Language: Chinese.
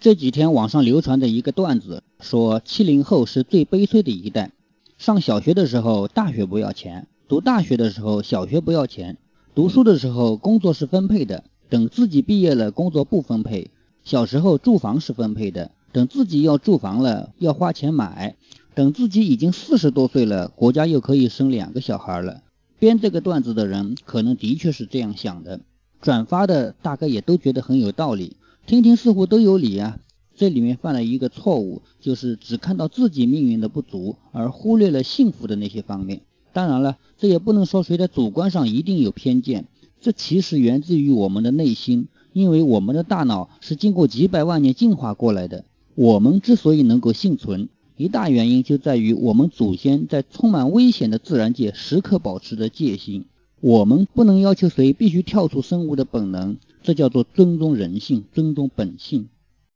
这几天网上流传的一个段子，说70后是最悲催的一代。上小学的时候，大学不要钱；读大学的时候，小学不要钱；读书的时候，工作是分配的，等自己毕业了，工作不分配；小时候住房是分配的，等自己要住房了，要花钱买；等自己已经40多岁了，国家又可以生2个小孩了。编这个段子的人可能的确是这样想的，转发的大概也都觉得很有道理，听听似乎都有理啊。这里面犯了一个错误，就是只看到自己命运的不足，而忽略了幸福的那些方面。当然了，这也不能说谁的主观上一定有偏见，这其实源自于我们的内心，因为我们的大脑是经过几百万年进化过来的。我们之所以能够幸存，一大原因就在于我们祖先在充满危险的自然界时刻保持着戒心。我们不能要求谁必须跳出生物的本能，这叫做尊重人性，尊重本性。